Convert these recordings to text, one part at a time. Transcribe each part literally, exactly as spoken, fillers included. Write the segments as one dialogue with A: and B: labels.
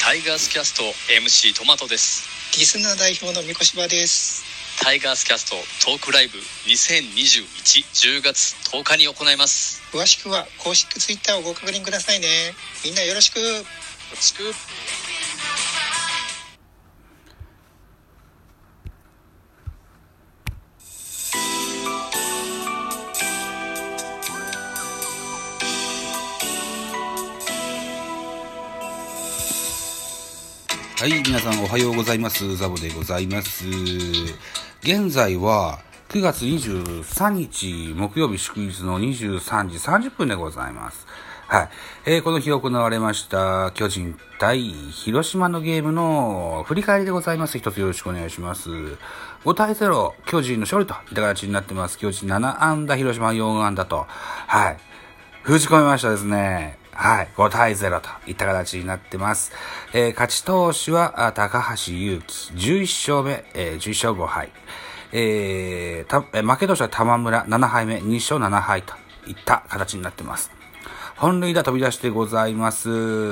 A: タイガースキャスト エムシー トマトです。
B: リスナー代表のみこしばです。
A: タイガースキャストトークライブにせんにじゅういち じゅうがつとおかに行います。
B: 詳しくは公式ツイッターをご確認くださいね。みんなよろしく。よろ
A: しく。
C: はい、皆さんおはようございます。ザボでございます。現在はくがつにじゅうさんにち木曜日祝日のにじゅうさんじさんじゅっぷんでございます。はい、えー、この日行われました巨人対広島のゲームの振り返りでございます。一つよろしくお願いします。ごたいゼロ巨人の勝利といった形になってます。巨人ななあんだ、広島よんあんだと、はい、封じ込めましたですね。はい。ごたいゼロといった形になってます。えー、勝ち投手は、高橋優貴。じゅういっしょうめ、えー、じゅういっしょうごはい。えー、た、えー、負け投手は玉村ななはいめ、にしょうななはいといった形になってます。本塁打飛び出してございます。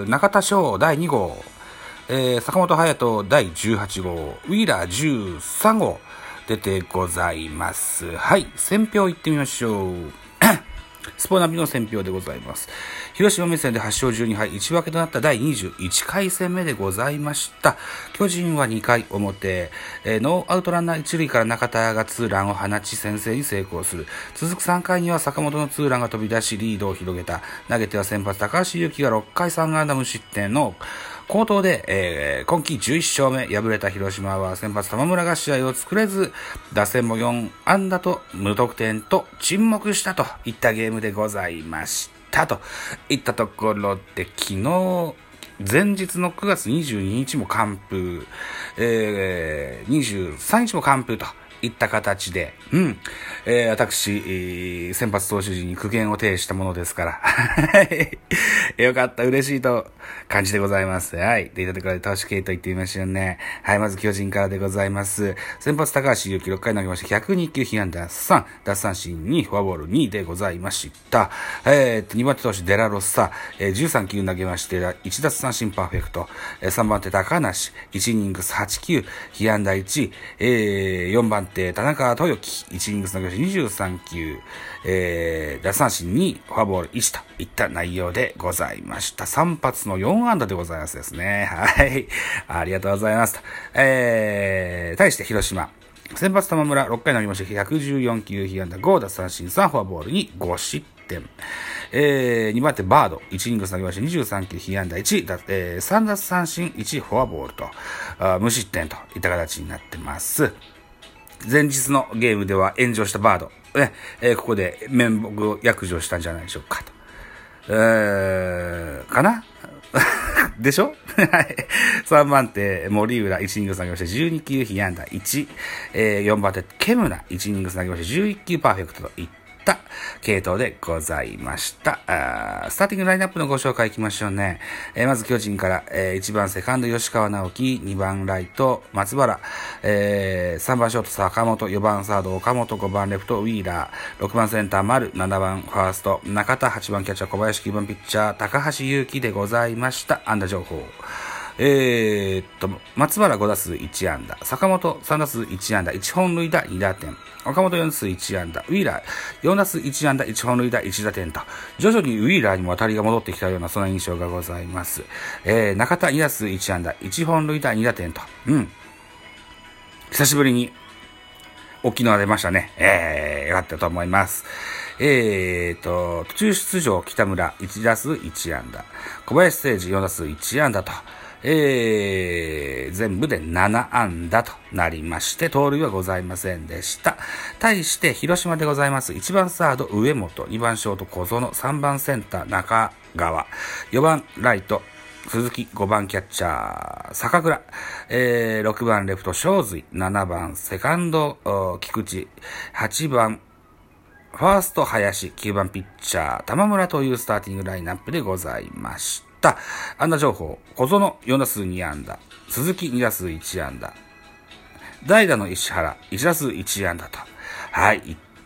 C: 中田翔だいにごう。えー、坂本勇人だいじゅうはちごう。ウィーラーじゅうさんごう。出てございます。はい。選評いってみましょう。スポナビの選評でございます。広島目線ではちしょうじゅうにはい、いち分けとなっただいにじゅういっかいせんめでございました。巨人はにかい表、えー、ノーアウトランナーいちるいから中田がツーランを放ち先制に成功する。続くさんかいには坂本のツーランが飛び出しリードを広げた。投げては先発高橋優貴がろっかいさんあんだ無失点の好投で、えー、今季じゅういっしょうめ敗れた広島は先発玉村が試合を作れず、打線もよんあんだと無得点と沈黙したといったゲームでございましたといったところで、昨日前日のくがつにじゅうににちも完封、えー、にじゅうさんにちも完封といった形で、うん、えー、私、えー、先発投手陣に苦言を呈したものですから、よかった、嬉しいと感じでございます。はい。で、いたところで投手系と言ってみましょうね。はい、まず巨人からでございます。先発高橋優貴ろっかい投げまして、ひゃくにきゅう被安打さん、奪三振に、フォアボールにでございました。えーと、にばんて投手デラロッサ、えー、じゅうさんきゅう投げまして、いち奪三振パーフェクト。えー、さんばんて高梨、いちイニングスはちきゅう、被安打いち、えー、よんばんて田中豊樹、いちイニングス投げましてにじゅうさんきゅう、えー、奪三振に、フォアボールいちといった内容でございました。さん発のよんあんだでございますですね。はい。ありがとうございます。えー、対して広島。先発玉村ろっかい投げましてひゃくじゅうよんきゅう被安打ご奪三振さんフォアボールにご失点。えー、にばんてバードいちイニングス投げましてにじゅうさんきゅう被安打いち、えー、さん奪三振いちフォアボールとあ無失点といった形になってます。前日のゲームでは炎上したバード、ねえー、ここで面目を躍如したんじゃないでしょうかと。えー、かなでしょはい。さんばんて森浦いちイニングス投げましてじゅうにきゅう被安打いち、えー、よんばんてケムナいちイニングス投げましてじゅういっきゅうパーフェクトといった系統でございました。あスターティングラインナップのご紹介いきましょうね。えー、まず巨人から、えー、いちばんセカンド吉川直樹、にばんライト松原、えー、さんばんショート坂本、よばんサード岡本、ごばんレフトウィーラー、ろくばんセンター丸、ななばんファースト中田、はちばんキャッチャー小林、きゅうばんピッチャー高橋優貴でございました。安打情報。えー、っと、松原ごだすういちあんだ、坂本さんだすういちあんだ、いちほんるいだにだてん、岡本よんだすういちあんだ、ウィーラーよんだすういちあんだ、いちほんるいだいちだてんと、徐々にウィーラーにも当たりが戻ってきたようなそんな印象がございます。えー、中田にだすういちあんだ、いちほんるいだにだてんと、うん。久しぶりに大きいのが出ましたね。えー、よかったと思います。えーと、途中出場北村いちだすういちあんだ、小林誠司よんだすういちあんだと、えー、全部でななあんだとなりまして、盗塁はございませんでした。対して広島でございます。いちばんサード上本、にばんショート小園、さんばんセンター中川、よばんライト鈴木、ごばんキャッチャー坂倉、えー、ろくばんレフト正髄、ななばんセカンド菊池、はちばんファースト林、きゅうばんピッチャー玉村というスターティングラインナップでございました。安打情報、小園よんだすうにあんだ、鈴木にだすういちあんだ、代打の石原いちだすういちあんだと、はい、いっ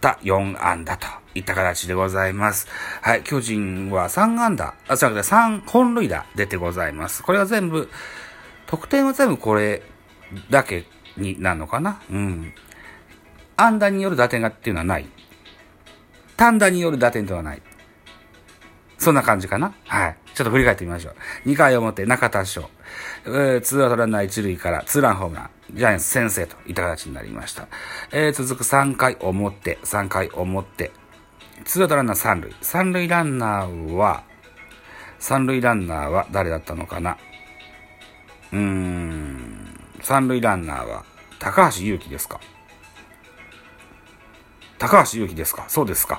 C: たよんあんだといった形でございます。はい、巨人はさんあんだ、あ、違う、さんほんるいだ出てございます。これは全部、得点は全部これだけになるのかな。うん。安打による打点がっていうのはない。単打による打点ではない。そんな感じかな。はい。ちょっと振り返ってみましょう。にかい表、中田翔。えー、ツーアウトランナーいちるいからツーランホームラン。ジャイアンツ先制といった形になりました。えー、続くさんかい表、さんかい表。ツーアウトランナーさんるい。さんるいランナーは、さんるいランナーは誰だったのかな。うーん。さんるいランナーは、高橋優貴ですか。高橋優貴ですか。そうですか。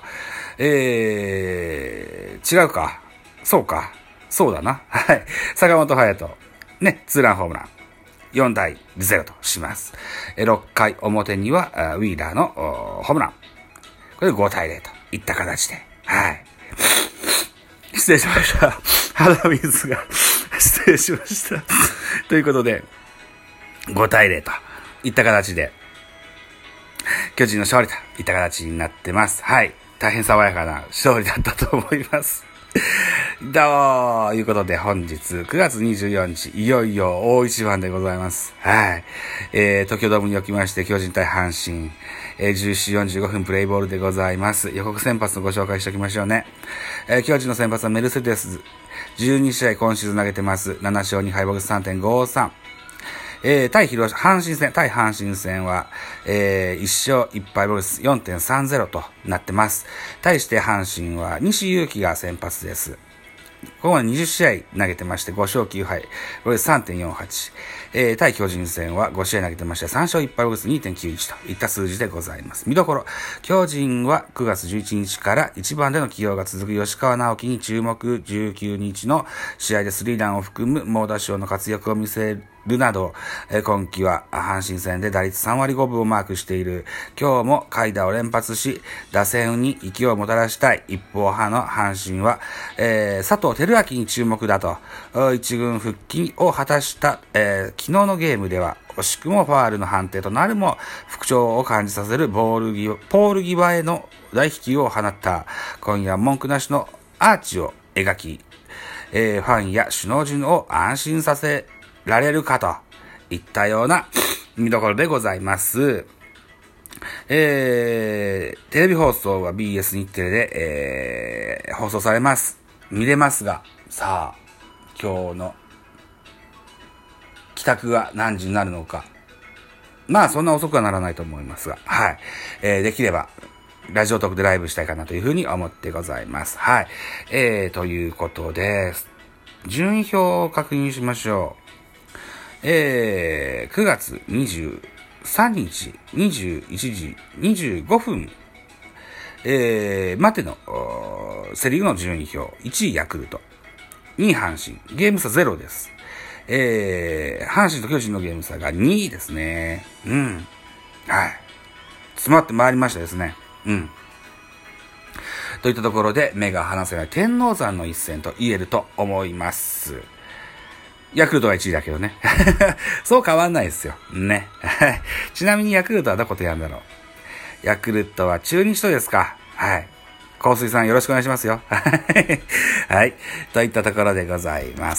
C: えー、違うか。そうか。そうだな。はい。坂本勇人。ね、ツーランホームラン。よんたいゼロとします。ろっかい表には、ウィーラーのホームラン。これごたいゼロといった形で。はい。失礼しました。鼻水が失礼しました。ということで、ごたいゼロといった形で、巨人の勝利といった形になってます。はい。大変爽やかな勝利だったと思います。ということで本日くがつにじゅうよっかいよいよ大一番でございます。はい。えー、東京ドームにおきまして巨人対阪神、えー、じゅうしちじよんじゅうごふんプレイボールでございます。予告先発のご紹介しておきましょうね。えー、巨人の先発はメルセデス。じゅうにしあい今シーズン投げてます。ななしょうにはい防御率 さんてんごさん。えー、対広島、阪神戦、対阪神戦は、えー、いっしょういっぱい防御率 よんてんさんゼロ となってます。対して阪神は西勇輝が先発です。ここまでにじゅっしあい投げてましてごしょうきゅうはい、防御率 さんてんよんはち。えー、対巨人戦はごしあい投げてましてさんしょういっぱい防御率 にてんきゅういち といった数字でございます。見どころ、巨人はくがつじゅういちにちからいちばんでの起用が続く吉川直樹に注目。じゅうくにちの試合でスリーランを含む猛打賞の活躍を見せるなど、今季は阪神戦で打率さんわりごぶをマークしている。今日も快打を連発し、打線に勢いをもたらしたい一方派の阪神は、えー、佐藤輝明に注目だと、一軍復帰を果たした、えー、昨日のゲームでは、惜しくもファールの判定となるも、復調を感じさせるボール際、ポール際への大飛球を放った。今夜文句なしのアーチを描き、えー、ファンや首脳陣を安心させられるかといったような見どころでございます。えー、テレビ放送は ビーエス 日テレで、えー、放送されます。見れますが、さあ、今日の帰宅が何時になるのか。まあ、そんな遅くはならないと思いますが、はい。えー、できれば、ラジオトークでライブしたいかなというふうに思ってございます。はい。えー、ということで、順位表を確認しましょう。えー、くがつにじゅうさんにちにじゅういちじにじゅうごふん、えー、までのセリーグの順位表。いちいヤクルト、にい阪神、ゲーム差ゼロです。えー、阪神と巨人のゲーム差がにいですね。うん。はい。詰まってまいりましたですね。うん。といったところで目が離せない天王山の一戦と言えると思います。ヤクルトはいちいだけどね。そう変わんないですよ。ね。ちなみにヤクルトはどことやるんだろう。ヤクルトは中日とですか。はい。香水さんよろしくお願いしますよ。はい。といったところでございます。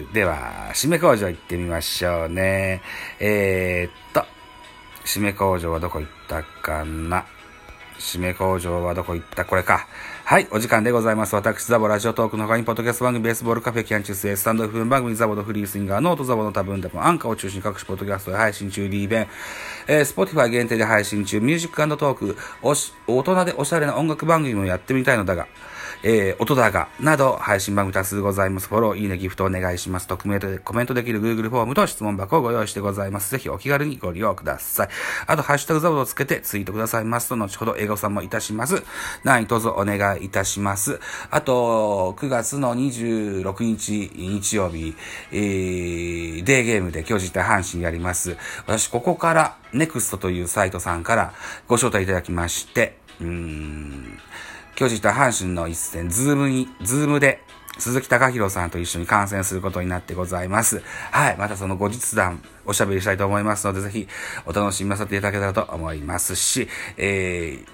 C: では、締め工場行ってみましょうね。えー、っと、締め工場はどこ行ったかな。締め工場はどこ行ったこれか。はい、お時間でございます。私、ザボラジオトークの他に、ポッドキャスト番組、ベースボールカフェ、キャンチュースへ、スタンド エフエム 番組、ザボのフリースインガー、ノートザボの多分でも、アンカーを中心に各種ポッドキャストで配信中、リーベン、えー、スポティファイ限定で配信中、ミュージック&トーク、おし、大人でおしゃれな音楽番組もやってみたいのだが、えー、音だが、など、配信番組多数ございます。フォロー、いいね、ギフトお願いします。匿名でコメントできる Google フォームと質問箱をご用意してございます。ぜひお気軽にご利用ください。あと、ハッシュタグザボをつけてツイートくださいますと、後ほど英語さんもいたします。何卒お願いいたします。あと、くがつのにじゅうろくにち日曜日、えー、デーゲームで巨人対阪神やります。私、ここから、ネクストというサイトさんからご招待いただきまして、うーん、巨人対阪神の一戦、ズームに、ズームで、鈴木貴弘さんと一緒に観戦することになってございます。はい。またその後日談、おしゃべりしたいと思いますので、ぜひ、お楽しみなさっていただけたらと思いますし、えー、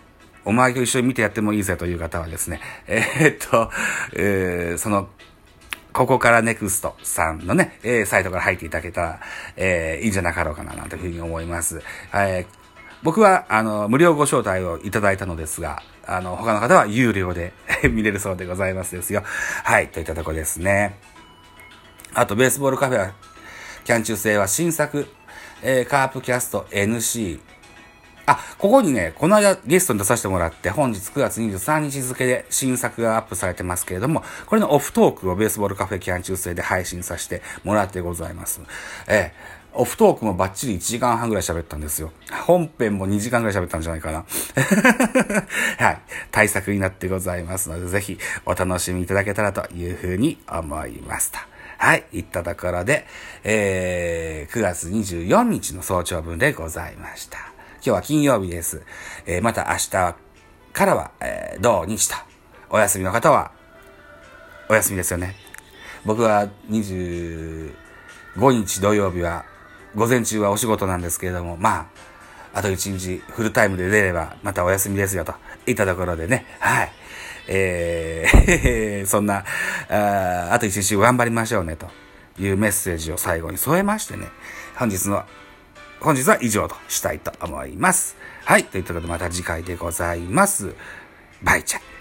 C: お前と一緒に見てやってもいいぜという方はですね、えー、っと、えー、その、ここからネクストさんのね、えー、サイトから入っていただけたら、えー、いいんじゃなかろうかな、なんていうふうに思います。えー、僕は、あの、無料ご招待をいただいたのですが、あの、他の方は有料で見れるそうでございますですよ。はい、といったとこですね。あと、ベースボールカフェは、キャン中制は新作、えー、カープキャスト エヌシー、あ、ここにね、この間ゲストに出させてもらって、本日くがつにじゅうさんにち付で新作がアップされてますけれども、これのオフトークをベースボールカフェキャン中制で配信させてもらってございます。えー、オフトークもバッチリいちじかんはんぐらい喋ったんですよ。本編もにじかんぐらい喋ったんじゃないかな。はい。対策になってございますので、ぜひお楽しみいただけたらというふうに思いました。はい。いったところで、えー、くがつにじゅうよっかの早朝分でございました。今日は金曜日です。えー、また明日からは、えー、土日と、お休みの方は、お休みですよね。僕はにじゅうごにち土曜日は、午前中はお仕事なんですけれども、まあ、あといちにちフルタイムで出れば、またお休みですよ、といったところでね、はい。えー、そんな、あ, あといちにち頑張りましょうね、というメッセージを最後に添えましてね、本日の本日は以上としたいと思います。はい。ということでまた次回でございます。バイチャ。